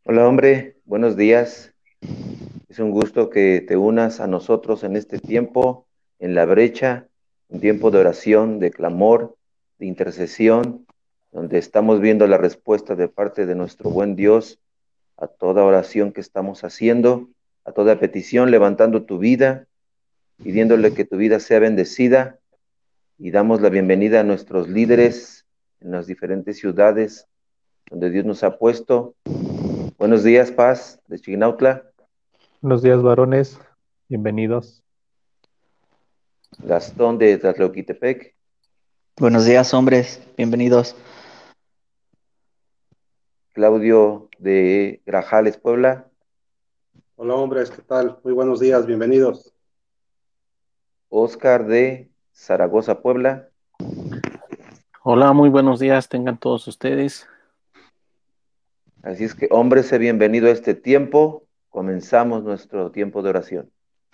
Hola hombre, buenos días. Es un gusto que te unas a nosotros en este tiempo, en la brecha, un tiempo de oración, de clamor, de intercesión, donde estamos viendo la respuesta de parte de nuestro buen Dios a toda oración que estamos haciendo, a toda petición, levantando tu vida, pidiéndole que tu vida sea bendecida y damos la bienvenida a nuestros líderes en las diferentes ciudades donde Dios nos ha puesto. Buenos días, Paz, de Chignautla. Buenos días, varones. Bienvenidos. Gastón de Tlatlauquitepec, Buenos días, hombres. Bienvenidos. Claudio de Grajales, Puebla, Hola hombres, ¿qué tal? Muy buenos días, bienvenidos. Oscar de Zaragoza, Puebla. Hola, muy buenos días, tengan todos ustedes. Así es que, hombre, sé bienvenido a este tiempo. Comenzamos nuestro tiempo de oración.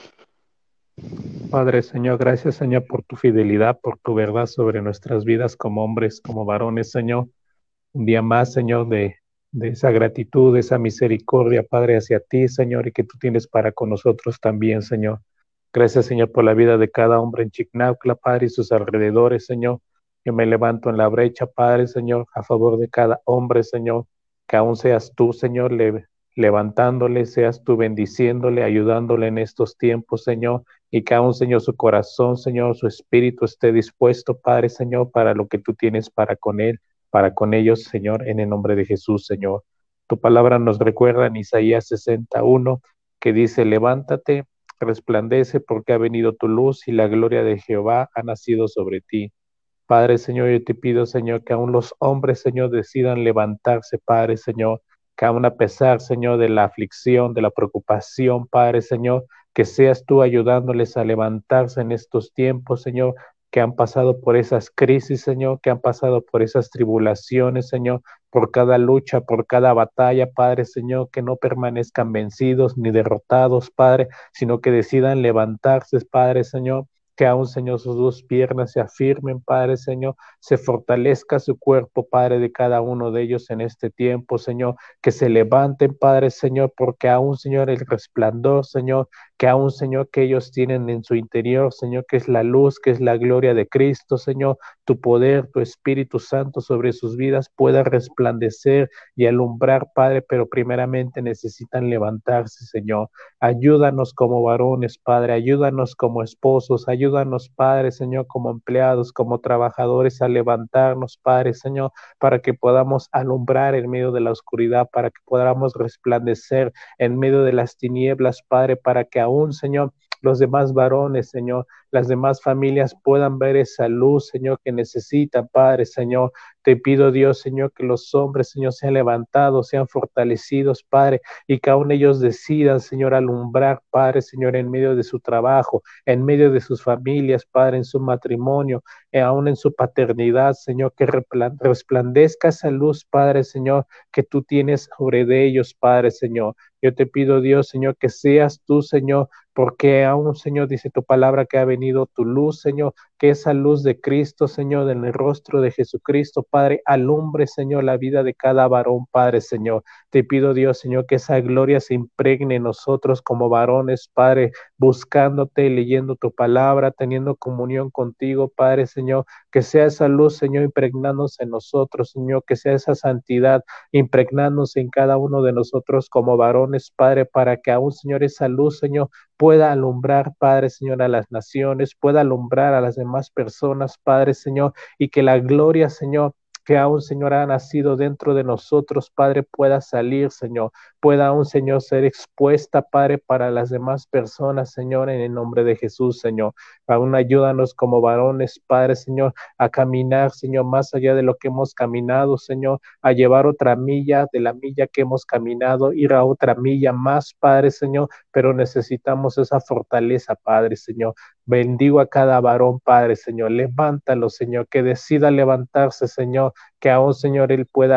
Padre, Señor, gracias, Señor, por tu fidelidad, por tu verdad sobre nuestras vidas como hombres, como varones, Señor. Un día más, Señor, de esa gratitud, de esa misericordia, Padre, hacia ti, Señor, y que tú tienes para con nosotros también, Señor. Gracias, Señor, por la vida de cada hombre en Chicnaucla, Padre, y sus alrededores, Señor. Yo me levanto en la brecha, Padre, Señor, a favor de cada hombre, Señor. Que aún seas tú, Señor, levantándole, seas tú bendiciéndole, ayudándole en estos tiempos, Señor. Y que aún, Señor, su corazón, Señor, su espíritu esté dispuesto, Padre, Señor, para lo que tú tienes para con él, para con ellos, Señor, en el nombre de Jesús, Señor. Tu palabra nos recuerda en Isaías 61, que dice: levántate, resplandece, porque ha venido tu luz y la gloria de Jehová ha nacido sobre ti. Padre, Señor, yo te pido, Señor, que aún los hombres, Señor, decidan levantarse, Padre, Señor, que aún a pesar, Señor, de la aflicción, de la preocupación, Padre, Señor, que seas tú ayudándoles a levantarse en estos tiempos, Señor, que han pasado por esas crisis, Señor, que han pasado por esas tribulaciones, Señor, por cada lucha, por cada batalla, Padre, Señor, que no permanezcan vencidos ni derrotados, Padre, sino que decidan levantarse, Padre, Señor, que aún, Señor, sus dos piernas se afirmen, Padre, Señor, se fortalezca su cuerpo, Padre, de cada uno de ellos en este tiempo, Señor, que se levanten, Padre, Señor, porque aún, Señor, el resplandor, Señor, que aún, Señor, que ellos tienen en su interior, Señor, que es la luz, que es la gloria de Cristo, Señor, tu poder, tu Espíritu Santo sobre sus vidas pueda resplandecer y alumbrar, Padre, pero primeramente necesitan levantarse, Señor. Ayúdanos como varones, Padre, ayúdanos como esposos, ayúdanos, Padre, Señor, como empleados, como trabajadores, a levantarnos, Padre, Señor, para que podamos alumbrar en medio de la oscuridad, para que podamos resplandecer en medio de las tinieblas, Padre, para que aún, Señor, los demás varones, Señor, las demás familias puedan ver esa luz, Señor, que necesitan, Padre, Señor. Te pido, Dios, Señor, que los hombres, Señor, sean levantados, sean fortalecidos, Padre, y que aún ellos decidan, Señor, alumbrar, Padre, Señor, en medio de su trabajo, en medio de sus familias, Padre, en su matrimonio, aún en su paternidad, Señor, que resplandezca esa luz, Padre, Señor, que tú tienes sobre de ellos, Padre, Señor. Yo te pido, Dios, Señor, que seas tú, Señor, porque aún, Señor, dice tu palabra que ha venido tu luz, Señor, que esa luz de Cristo, Señor, en el rostro de Jesucristo, Padre, alumbre, Señor, la vida de cada varón, Padre, Señor. Te pido, Dios, Señor, que esa gloria se impregne en nosotros como varones, Padre, buscándote, leyendo tu palabra, teniendo comunión contigo, Padre, Señor, que sea esa luz, Señor, impregnándose en nosotros, Señor, que sea esa santidad impregnándose en cada uno de nosotros como varones, Padre, para que aún, Señor, esa luz, Señor, pueda alumbrar, Padre, Señor, a las naciones, pueda alumbrar a las demás personas, Padre, Señor, y que la gloria, Señor, que aún, Señor, ha nacido dentro de nosotros, Padre, pueda salir, Señor, pueda aún, Señor, ser expuesta, Padre, para las demás personas, Señor, en el nombre de Jesús, Señor. Aún ayúdanos como varones, Padre, Señor, a caminar, Señor, más allá de lo que hemos caminado, Señor, a llevar otra milla de la milla que hemos caminado, ir a otra milla más, Padre, Señor, pero necesitamos esa fortaleza, Padre, Señor. Bendigo a cada varón, Padre, Señor. Levántalo, Señor, que decida levantarse, Señor, que aún, Señor, él pueda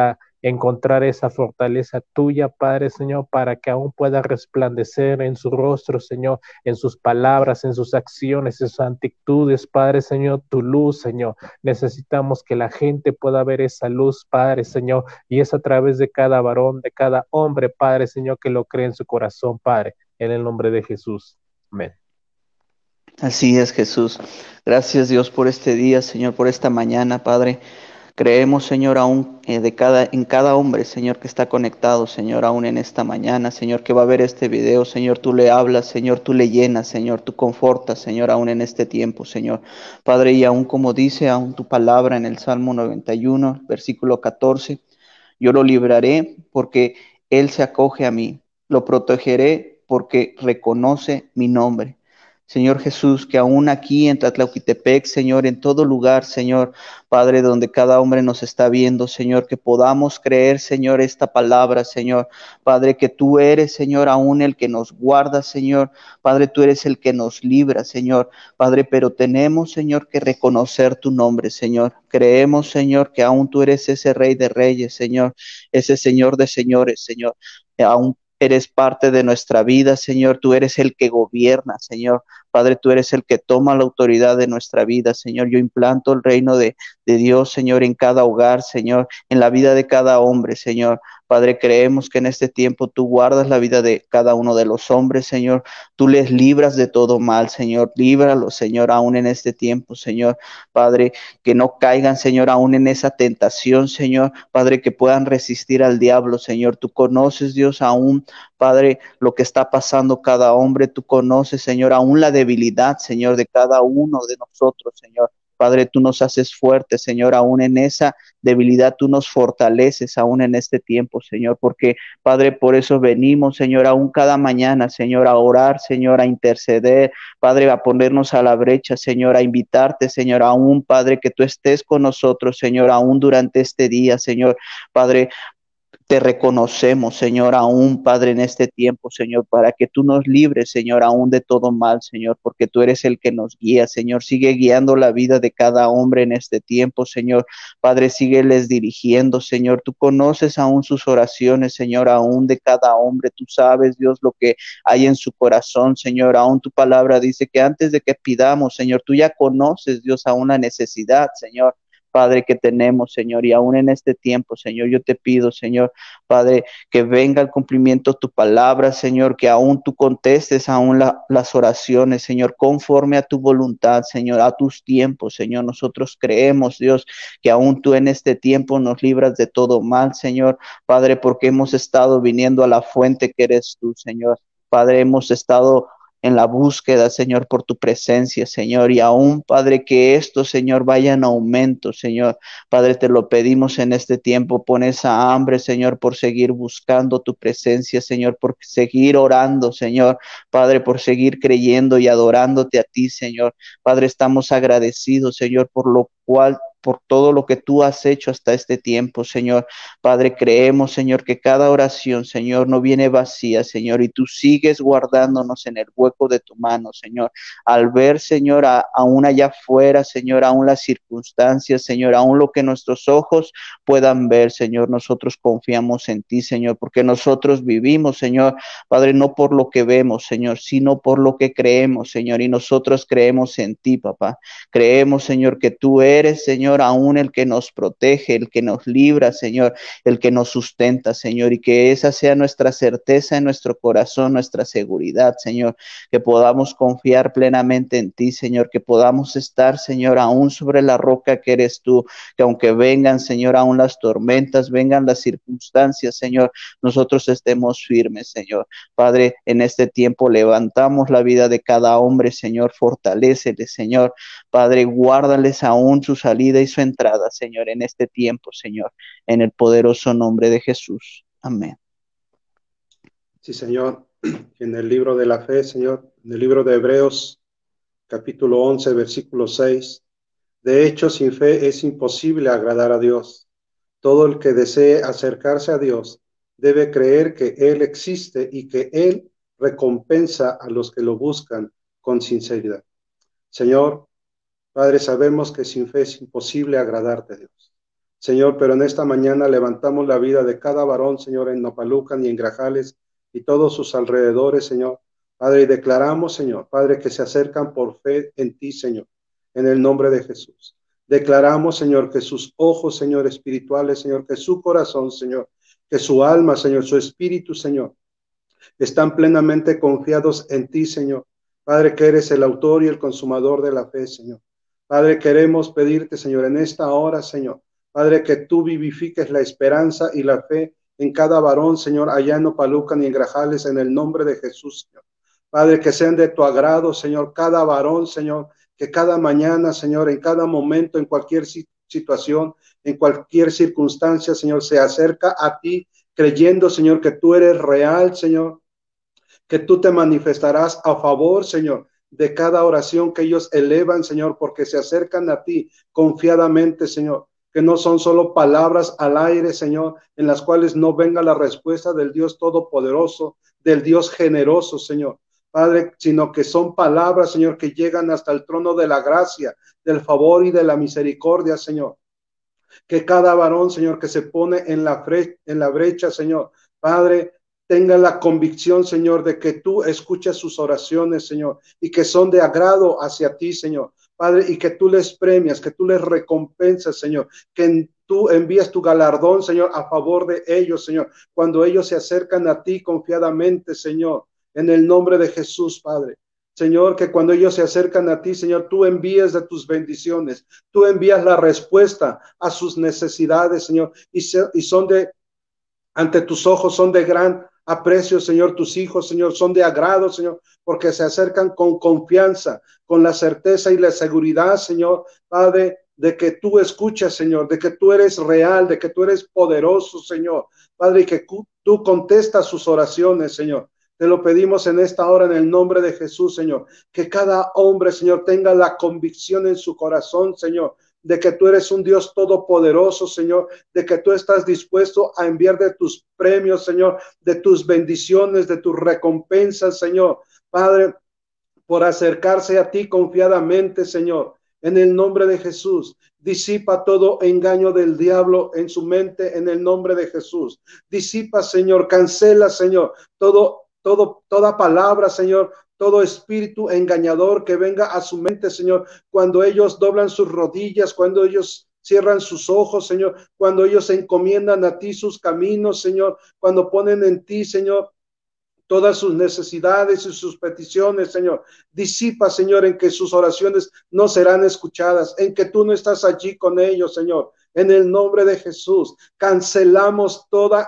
encontrar esa fortaleza tuya, Padre Señor, para que aún pueda resplandecer en su rostro, Señor, en sus palabras, en sus acciones, en sus actitudes, Padre Señor, tu luz, Señor. Necesitamos que la gente pueda ver esa luz, Padre Señor, y es a través de cada varón, de cada hombre, Padre Señor, que lo cree en su corazón, Padre, en el nombre de Jesús. Amén. Así es, Jesús. Gracias, Dios, por este día, Señor, por esta mañana, Padre. Creemos, Señor, aún en cada hombre, Señor, que está conectado, Señor, aún en esta mañana, Señor, que va a ver este video, Señor, tú le hablas, Señor, tú le llenas, Señor, tú confortas, Señor, aún en este tiempo, Señor. Padre, y aún como dice aún tu palabra en el Salmo 91, versículo 14, yo lo libraré porque Él se acoge a mí, lo protegeré porque reconoce mi nombre. Señor Jesús, que aún aquí en Tlatlauquitepec, Señor, en todo lugar, Señor, Padre, donde cada hombre nos está viendo, Señor, que podamos creer, Señor, esta palabra, Señor. Padre, que tú eres, Señor, aún el que nos guarda, Señor. Padre, tú eres el que nos libra, Señor. Padre, pero tenemos, Señor, que reconocer tu nombre, Señor. Creemos, Señor, que aún tú eres ese Rey de Reyes, Señor, ese Señor de Señores, Señor. Aún eres parte de nuestra vida, Señor. Tú eres el que gobierna, Señor. Padre, tú eres el que toma la autoridad de nuestra vida, Señor. Yo implanto el reino de Dios, Señor, en cada hogar, Señor, en la vida de cada hombre, Señor. Padre, creemos que en este tiempo tú guardas la vida de cada uno de los hombres, Señor. Tú les libras de todo mal, Señor. Líbralos, Señor, aún en este tiempo, Señor. Padre, que no caigan, Señor, aún en esa tentación, Señor. Padre, que puedan resistir al diablo, Señor. Tú conoces, Dios, aún, Padre, lo que está pasando cada hombre. Tú conoces, Señor, aún la debilidad, Señor, de cada uno de nosotros, Señor. Padre, tú nos haces fuertes, Señor, aún en esa debilidad tú nos fortaleces aún en este tiempo, Señor, porque, Padre, por eso venimos, Señor, aún cada mañana, Señor, a orar, Señor, a interceder, Padre, a ponernos a la brecha, Señor, a invitarte, Señor, aún, Padre, que tú estés con nosotros, Señor, aún durante este día, Señor, Padre. Te reconocemos, Señor, aún, Padre, en este tiempo, Señor, para que tú nos libres, Señor, aún de todo mal, Señor, porque tú eres el que nos guía, Señor. Sigue guiando la vida de cada hombre en este tiempo, Señor. Padre, sígueles dirigiendo, Señor. Tú conoces aún sus oraciones, Señor, aún de cada hombre. Tú sabes, Dios, lo que hay en su corazón, Señor. Aún tu palabra dice que antes de que pidamos, Señor, tú ya conoces, Dios, aún la necesidad, Señor. Padre, que tenemos, Señor, y aún en este tiempo, Señor, yo te pido, Señor, Padre, que venga al cumplimiento tu palabra, Señor, que aún tú contestes aún las oraciones, Señor, conforme a tu voluntad, Señor, a tus tiempos, Señor. Nosotros creemos, Dios, que aún tú en este tiempo nos libras de todo mal, Señor, Padre, porque hemos estado viniendo a la fuente que eres tú, Señor. Padre, hemos estado en la búsqueda, Señor, por tu presencia, Señor, y aún, Padre, que esto, Señor, vaya en aumento, Señor. Padre, te lo pedimos en este tiempo, pon esa hambre, Señor, por seguir buscando tu presencia, Señor, por seguir orando, Señor, Padre, por seguir creyendo y adorándote a ti, Señor. Padre, estamos agradecidos, Señor, por todo lo que tú has hecho hasta este tiempo, Señor. Padre, creemos, Señor, que cada oración, Señor, no viene vacía, Señor, y tú sigues guardándonos en el hueco de tu mano, Señor. Al ver, Señor, aún allá afuera, Señor, aún las circunstancias, Señor, aún lo que nuestros ojos puedan ver, Señor, nosotros confiamos en ti, Señor, porque nosotros vivimos, Señor, Padre, no por lo que vemos, Señor, sino por lo que creemos, Señor, y nosotros creemos en ti, papá. Creemos, Señor, que tú eres, Señor, aún el que nos protege, el que nos libra, Señor, el que nos sustenta, Señor, y que esa sea nuestra certeza en nuestro corazón, nuestra seguridad, Señor, que podamos confiar plenamente en ti, Señor, que podamos estar, Señor, aún sobre la roca que eres tú, que aunque vengan, Señor, aún las tormentas, vengan las circunstancias, Señor, nosotros estemos firmes, Señor. Padre, en este tiempo levantamos la vida de cada hombre, Señor, fortalécele, Señor. Padre, guárdales aún su salida y su entrada, Señor, en este tiempo, Señor, en el poderoso nombre de Jesús. Amén. Sí, Señor. En el libro de la fe, Señor, en el libro de Hebreos, capítulo 11, versículo 6, de hecho, sin fe es imposible agradar a Dios. Todo el que desee acercarse a Dios debe creer que Él existe y que Él recompensa a los que lo buscan con sinceridad. Señor, Padre, sabemos que sin fe es imposible agradarte, Dios. Señor, pero en esta mañana levantamos la vida de cada varón, Señor, en Nopalucan y en Grajales y todos sus alrededores, Señor. Padre, y declaramos, Señor, Padre, que se acercan por fe en ti, Señor, en el nombre de Jesús. Declaramos, Señor, que sus ojos, Señor, espirituales, Señor, que su corazón, Señor, que su alma, Señor, su espíritu, Señor, están plenamente confiados en ti, Señor. Padre, que eres el autor y el consumador de la fe, Señor. Padre, queremos pedirte, Señor, en esta hora, Señor, Padre, que tú vivifiques la esperanza y la fe en cada varón, Señor, allá en Nopalucan y en Grajales, en el nombre de Jesús, Señor. Padre, que sean de tu agrado, Señor, cada varón, Señor, que cada mañana, Señor, en cada momento, en cualquier situación, en cualquier circunstancia, Señor, se acerca a ti, creyendo, Señor, que tú eres real, Señor, que tú te manifestarás a favor, Señor, de cada oración que ellos elevan, Señor, porque se acercan a ti confiadamente, Señor, que no son solo palabras al aire, Señor, en las cuales no venga la respuesta del Dios Todopoderoso, del Dios generoso, Señor. Padre, sino que son palabras, Señor, que llegan hasta el trono de la gracia, del favor y de la misericordia, Señor. Que cada varón, Señor, que se pone en la brecha, Señor, Padre, tenga la convicción, Señor, de que tú escuchas sus oraciones, Señor, y que son de agrado hacia ti, Señor. Padre, y que tú les premias, que tú les recompensas, Señor, que tú envías tu galardón, Señor, a favor de ellos, Señor, cuando ellos se acercan a ti confiadamente, Señor, en el nombre de Jesús, Padre. Señor, que cuando ellos se acercan a ti, Señor, tú envías de tus bendiciones, tú envías la respuesta a sus necesidades, Señor, y son ante tus ojos son de gran aprecio, Señor, tus hijos, Señor, son de agrado, Señor, porque se acercan con confianza, con la certeza y la seguridad, Señor, Padre, de que tú escuchas, Señor, de que tú eres real, de que tú eres poderoso, Señor, Padre, y que tú contestas sus oraciones, Señor. Te lo pedimos en esta hora en el nombre de Jesús, Señor, que cada hombre, Señor, tenga la convicción en su corazón, Señor, de que tú eres un Dios todopoderoso, Señor, de que tú estás dispuesto a enviar de tus premios, Señor, de tus bendiciones, de tus recompensas, Señor, Padre, por acercarse a ti confiadamente, Señor, en el nombre de Jesús. Disipa todo engaño del diablo en su mente, en el nombre de Jesús. Disipa, Señor, cancela, Señor, toda palabra, Señor, todo espíritu engañador que venga a su mente, Señor, cuando ellos doblan sus rodillas, cuando ellos cierran sus ojos, Señor, cuando ellos se encomiendan a ti sus caminos, Señor, cuando ponen en ti, Señor, todas sus necesidades y sus peticiones, Señor. Disipa, Señor, en que sus oraciones no serán escuchadas, en que tú no estás allí con ellos, Señor. En el nombre de Jesús, cancelamos toda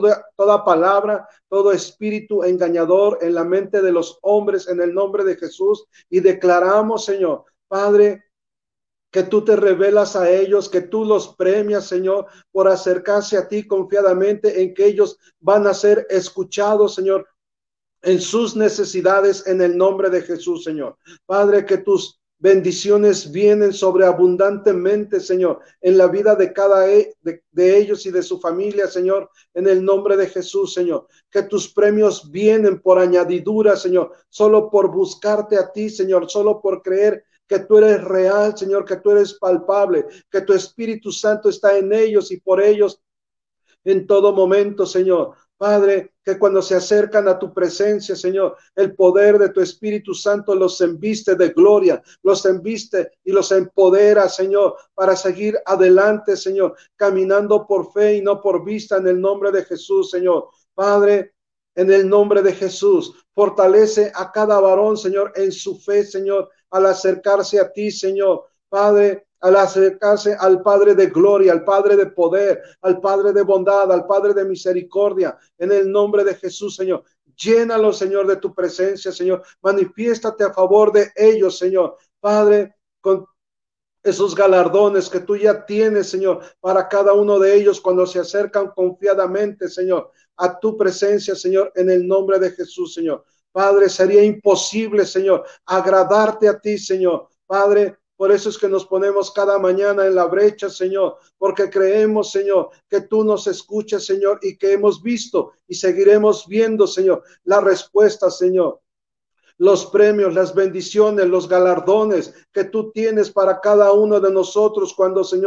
palabra, todo espíritu engañador en la mente de los hombres en el nombre de Jesús y declaramos, Señor, Padre, que tú te revelas a ellos, que tú los premias, Señor, por acercarse a ti confiadamente en que ellos van a ser escuchados, Señor, en sus necesidades en el nombre de Jesús, Señor. Padre, que tus bendiciones vienen sobreabundantemente, Señor, en la vida de cada de ellos y de su familia, Señor, en el nombre de Jesús, Señor. Que tus premios vienen por añadidura, Señor, solo por buscarte a ti, Señor, solo por creer que tú eres real, Señor, que tú eres palpable, que tu Espíritu Santo está en ellos y por ellos en todo momento, Señor. Padre, que cuando se acercan a tu presencia, Señor, el poder de tu Espíritu Santo los embiste de gloria, los embiste y los empodera, Señor, para seguir adelante, Señor, caminando por fe y no por vista en el nombre de Jesús, Señor. Padre, en el nombre de Jesús, fortalece a cada varón, Señor, en su fe, Señor, al acercarse a ti, Señor. Padre, al acercarse al Padre de gloria, al Padre de poder, al Padre de bondad, al Padre de misericordia, en el nombre de Jesús, Señor. Llénalo, Señor, de tu presencia, Señor. Manifiéstate a favor de ellos, Señor. Padre, con esos galardones que tú ya tienes, Señor, para cada uno de ellos cuando se acercan confiadamente, Señor, a tu presencia, Señor, en el nombre de Jesús, Señor. Padre, sería imposible, Señor, agradarte a ti, Señor. Padre, por eso es que nos ponemos cada mañana en la brecha, Señor, porque creemos, Señor, que tú nos escuchas, Señor, y que hemos visto y seguiremos viendo, Señor, la respuesta, Señor. Los premios, las bendiciones, los galardones que tú tienes para cada uno de nosotros cuando, Señor,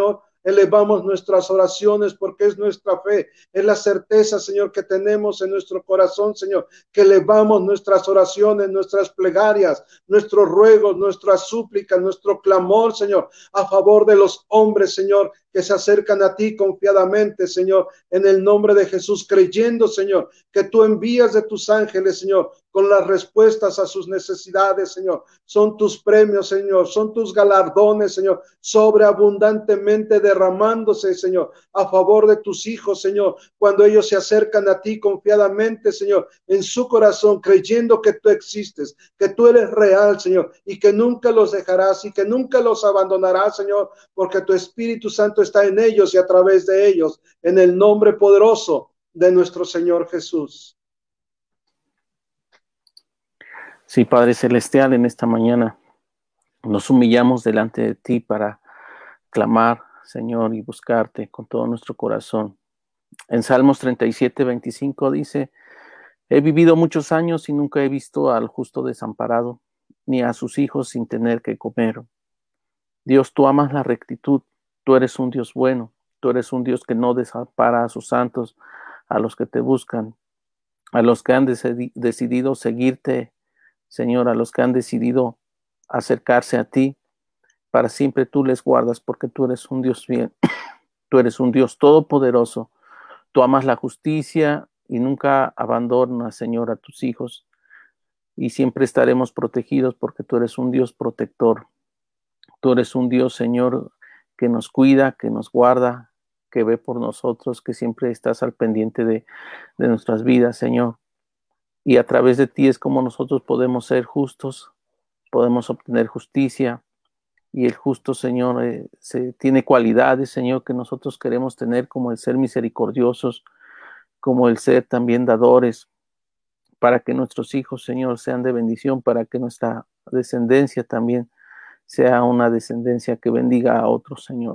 elevamos nuestras oraciones porque es nuestra fe, es la certeza, Señor, que tenemos en nuestro corazón, Señor, que elevamos nuestras oraciones, nuestras plegarias, nuestros ruegos, nuestras súplicas, nuestro clamor, Señor, a favor de los hombres, Señor, que se acercan a ti confiadamente, Señor, en el nombre de Jesús, creyendo, Señor, que tú envías de tus ángeles, Señor, con las respuestas a sus necesidades, Señor. Son tus premios, Señor, son tus galardones, Señor, sobreabundantemente derramándose, Señor, a favor de tus hijos, Señor, cuando ellos se acercan a ti confiadamente, Señor, en su corazón, creyendo que tú existes, que tú eres real, Señor, y que nunca los dejarás y que nunca los abandonarás, Señor, porque tu Espíritu Santo está en ellos y a través de ellos, en el nombre poderoso de nuestro Señor Jesús. Sí, Padre Celestial, en esta mañana nos humillamos delante de ti para clamar, Señor, y buscarte con todo nuestro corazón. En Salmos 37:25 dice: he vivido muchos años y nunca he visto al justo desamparado, ni a sus hijos sin tener que comer. Dios, tú amas la rectitud, tú eres un Dios bueno, tú eres un Dios que no desampara a sus santos, a los que te buscan, a los que han decidido seguirte, Señor, a los que han decidido acercarse a ti. Para siempre tú les guardas porque tú eres un Dios bien, tú eres un Dios todopoderoso, tú amas la justicia y nunca abandonas, Señor, a tus hijos, y siempre estaremos protegidos porque tú eres un Dios protector. Tú eres un Dios, Señor, que nos cuida, que nos guarda, que ve por nosotros, que siempre estás al pendiente de nuestras vidas, Señor. Y a través de ti es como nosotros podemos ser justos, podemos obtener justicia. Y el justo, Señor, tiene cualidades, Señor, que nosotros queremos tener, como el ser misericordiosos, como el ser también dadores, para que nuestros hijos, Señor, sean de bendición, para que nuestra descendencia también sea una descendencia que bendiga a otros, Señor.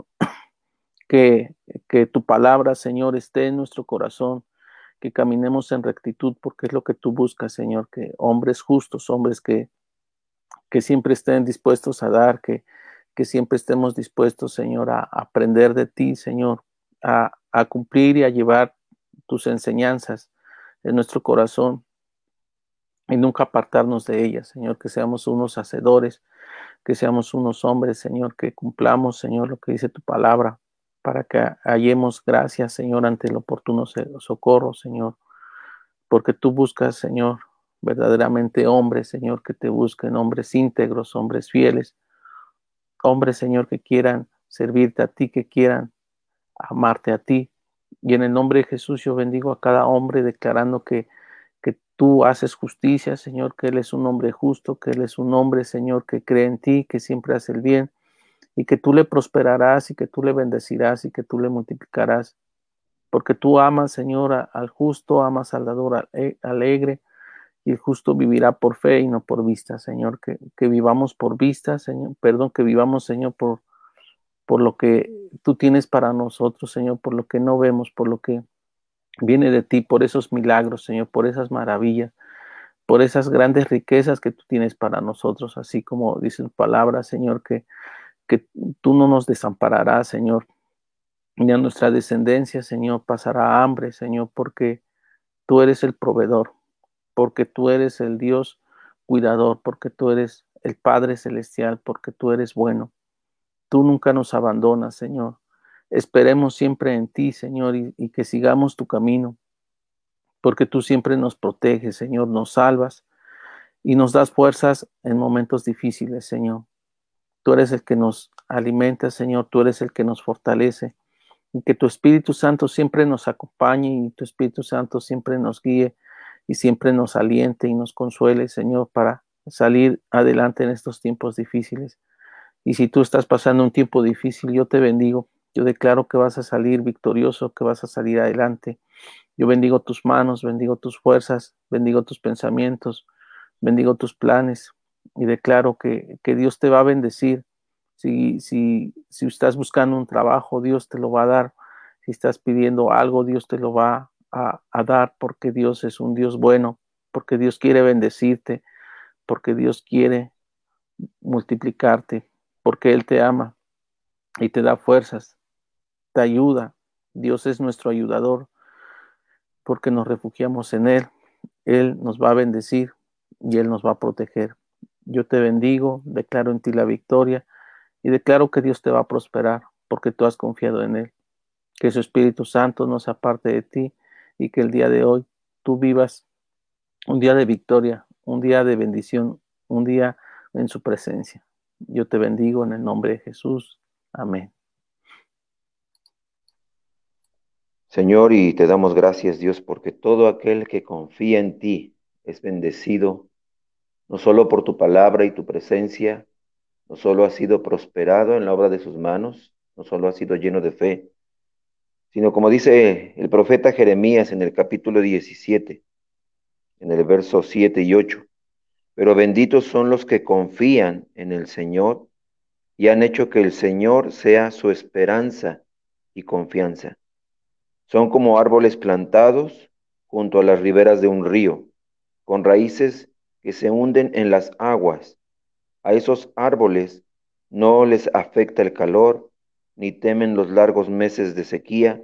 Que tu palabra, Señor, esté en nuestro corazón, que caminemos en rectitud, porque es lo que tú buscas, Señor, que hombres justos, hombres que siempre estén dispuestos a dar, que siempre estemos dispuestos, Señor, a aprender de ti, Señor, a cumplir y a llevar tus enseñanzas en nuestro corazón y nunca apartarnos de ellas, Señor, que seamos unos hacedores, que seamos unos hombres, Señor, que cumplamos, Señor, lo que dice tu palabra, para que hallemos gracias, Señor, ante el oportuno socorro, Señor, porque tú buscas, Señor, verdaderamente hombres, Señor, que te busquen, hombres íntegros, hombres fieles, hombres, Señor, que quieran servirte a ti, que quieran amarte a ti. Y en el nombre de Jesús yo bendigo a cada hombre declarando que tú haces justicia, Señor, que Él es un hombre justo, que Él es un hombre, Señor, que cree en ti, que siempre hace el bien, y que tú le prosperarás, y que tú le bendecirás, y que tú le multiplicarás. Porque tú amas, Señor, al justo, amas al dador alegre, y el justo vivirá por fe y no por vista, Señor. Que vivamos por vista, Señor, perdón, que vivamos, Señor, por lo que tú tienes para nosotros, Señor, por lo que no vemos, por lo que viene de ti, por esos milagros, Señor, por esas maravillas, por esas grandes riquezas que tú tienes para nosotros, así como dice tu palabra, Señor, que tú no nos desampararás, Señor, ni a nuestra descendencia, Señor, pasará hambre, Señor, porque tú eres el proveedor, porque tú eres el Dios cuidador, porque tú eres el Padre celestial, porque tú eres bueno. Tú nunca nos abandonas, Señor. Esperemos siempre en ti, Señor, y que sigamos tu camino, porque tú siempre nos proteges, Señor, nos salvas y nos das fuerzas en momentos difíciles, Señor. Tú eres el que nos alimenta, Señor, tú eres el que nos fortalece, y que tu Espíritu Santo siempre nos acompañe y tu Espíritu Santo siempre nos guíe y siempre nos aliente y nos consuele, Señor, para salir adelante en estos tiempos difíciles. Y si tú estás pasando un tiempo difícil, yo te bendigo. Yo declaro que vas a salir victorioso, que vas a salir adelante. Yo bendigo tus manos, bendigo tus fuerzas, bendigo tus pensamientos, bendigo tus planes y declaro que Dios te va a bendecir. Si estás buscando un trabajo, Dios te lo va a dar. Si estás pidiendo algo, Dios te lo va a dar, porque Dios es un Dios bueno, porque Dios quiere bendecirte, porque Dios quiere multiplicarte, porque Él te ama y te da fuerzas te ayuda. Dios es nuestro ayudador porque nos refugiamos en Él. Él nos va a bendecir y Él nos va a proteger. Yo te bendigo, declaro en ti la victoria y declaro que Dios te va a prosperar porque tú has confiado en Él. Que su Espíritu Santo no se aparte de ti y que el día de hoy tú vivas un día de victoria, un día de bendición, un día en su presencia. Yo te bendigo en el nombre de Jesús. Amén. Señor, y te damos gracias, Dios, porque todo aquel que confía en ti es bendecido, no solo por tu palabra y tu presencia, no solo ha sido prosperado en la obra de sus manos, no solo ha sido lleno de fe, sino como dice el profeta Jeremías en el capítulo 17, en el verso 7 y 8, pero benditos son los que confían en el Señor y han hecho que el Señor sea su esperanza y confianza. Son como árboles plantados junto a las riberas de un río, con raíces que se hunden en las aguas. A esos árboles no les afecta el calor, ni temen los largos meses de sequía.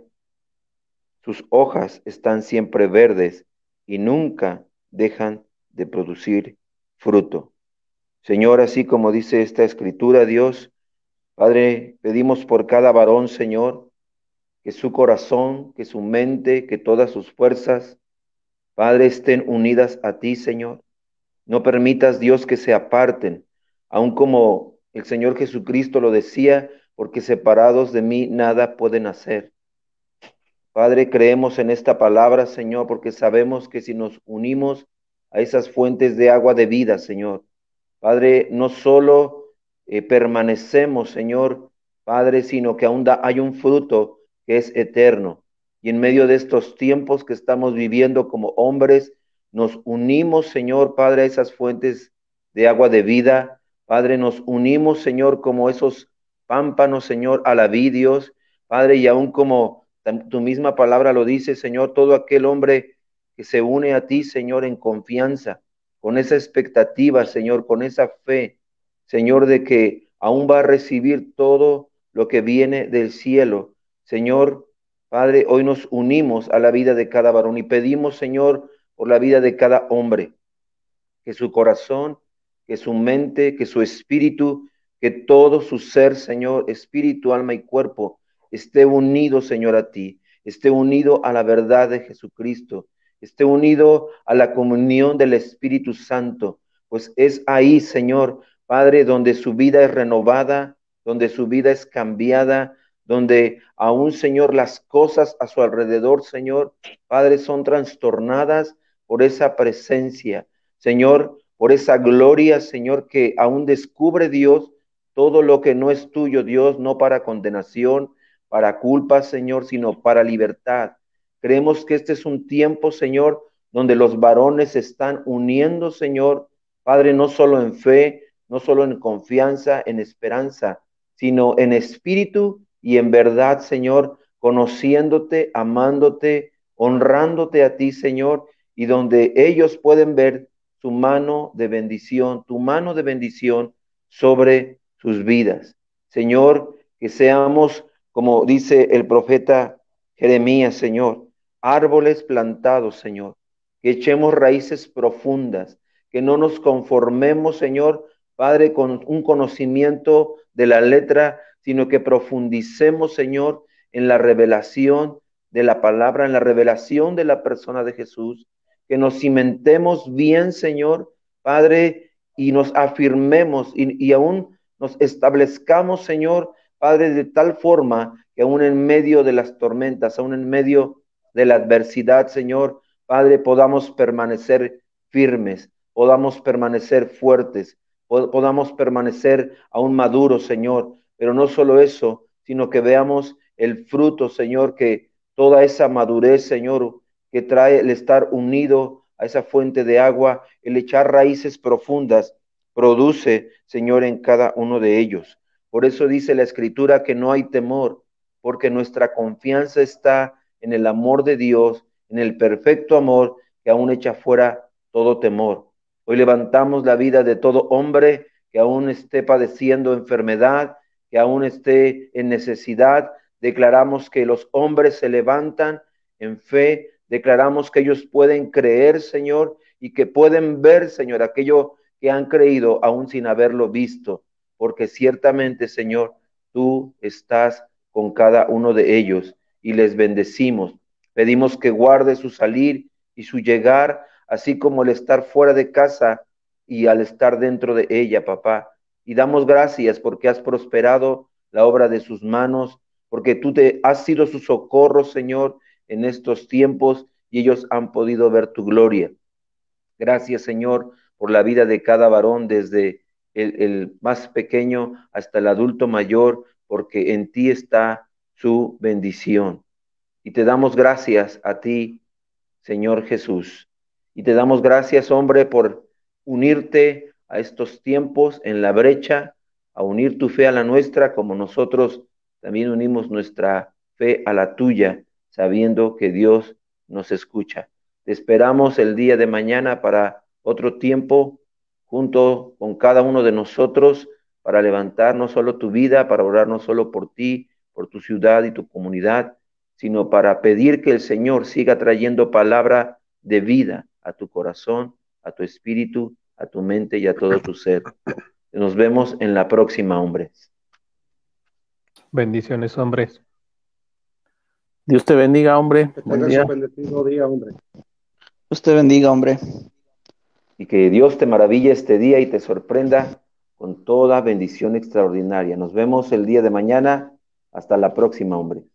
Sus hojas están siempre verdes y nunca dejan de producir fruto. Señor, así como dice esta escritura, Dios, Padre, pedimos por cada varón, Señor, que su corazón, que su mente, que todas sus fuerzas, Padre, estén unidas a ti, Señor. No permitas, Dios, que se aparten, aun como el Señor Jesucristo lo decía, porque separados de mí nada pueden hacer. Padre, creemos en esta palabra, Señor, porque sabemos que si nos unimos a esas fuentes de agua de vida, Señor, Padre, no solo permanecemos, Señor, Padre, sino que aún hay un fruto que es eterno. Y en medio de estos tiempos que estamos viviendo como hombres, nos unimos, Señor, Padre, a esas fuentes de agua de vida. Padre, nos unimos, Señor, como esos pámpanos, Señor, a la vid, Dios. Padre, y aún como tu misma palabra lo dice, Señor, todo aquel hombre que se une a ti, Señor, en confianza, con esa expectativa, Señor, con esa fe, Señor, de que aún va a recibir todo lo que viene del cielo. Señor, Padre, hoy nos unimos a la vida de cada varón y pedimos, Señor, por la vida de cada hombre, que su corazón, que su mente, que su espíritu, que todo su ser, Señor, espíritu, alma y cuerpo, esté unido, Señor, a ti, esté unido a la verdad de Jesucristo, esté unido a la comunión del Espíritu Santo, pues es ahí, Señor, Padre, donde su vida es renovada, donde su vida es cambiada, donde aún, Señor, las cosas a su alrededor, Señor, Padre, son trastornadas por esa presencia, Señor, por esa gloria, Señor, que aún descubre Dios todo lo que no es tuyo, Dios, no para condenación, para culpa, Señor, sino para libertad. Creemos que este es un tiempo, Señor, donde los varones se están uniendo, Señor, Padre, no solo en fe, no solo en confianza, en esperanza, sino en espíritu y en verdad, Señor, conociéndote, amándote, honrándote a ti, Señor, y donde ellos pueden ver tu mano de bendición, tu mano de bendición sobre sus vidas. Señor, que seamos, como dice el profeta Jeremías, Señor, árboles plantados, Señor, que echemos raíces profundas, que no nos conformemos, Señor, Padre, con un conocimiento de la letra, sino que profundicemos, Señor, en la revelación de la palabra, en la revelación de la persona de Jesús, que nos cimentemos bien, Señor, Padre, y nos afirmemos y aún nos establezcamos, Señor, Padre, de tal forma que aún en medio de las tormentas, aún en medio de la adversidad, Señor, Padre, podamos permanecer firmes, podamos permanecer fuertes, podamos permanecer aún maduros, Señor. Pero no solo eso, sino que veamos el fruto, Señor, que toda esa madurez, Señor, que trae el estar unido a esa fuente de agua, el echar raíces profundas, produce, Señor, en cada uno de ellos. Por eso dice la Escritura que no hay temor, porque nuestra confianza está en el amor de Dios, en el perfecto amor que aún echa fuera todo temor. Hoy levantamos la vida de todo hombre que aún esté padeciendo enfermedad, que aún esté en necesidad declaramos que los hombres se levantan en fe, declaramos que ellos pueden creer, Señor, y que pueden ver, Señor, aquello que han creído aún sin haberlo visto, porque ciertamente, Señor, tú estás con cada uno de ellos y les bendecimos. Pedimos que guarde su salir y su llegar, así como el estar fuera de casa y al estar dentro de ella, papá. Y damos gracias porque has prosperado la obra de sus manos, porque tú te has sido su socorro, Señor, en estos tiempos y ellos han podido ver tu gloria. Gracias, Señor, por la vida de cada varón, desde el más pequeño hasta el adulto mayor, porque en ti está su bendición. Y te damos gracias a ti, Señor Jesús. Y te damos gracias, hombre, por unirte a estos tiempos en la brecha, a unir tu fe a la nuestra, como nosotros también unimos nuestra fe a la tuya, sabiendo que Dios nos escucha. Te esperamos el día de mañana para otro tiempo, junto con cada uno de nosotros, para levantar no solo tu vida, para orar no solo por ti, por tu ciudad y tu comunidad, sino para pedir que el Señor siga trayendo palabra de vida a tu corazón, a tu espíritu, a tu mente y a todo tu ser. Nos vemos en la próxima, hombres. Bendiciones, hombres. Dios te bendiga, hombre. Que Buen tengas día. un bendecido día, hombre. Dios te bendiga, hombre. Y que Dios te maraville este día y te sorprenda con toda bendición extraordinaria. Nos vemos el día de mañana. Hasta la próxima, hombre.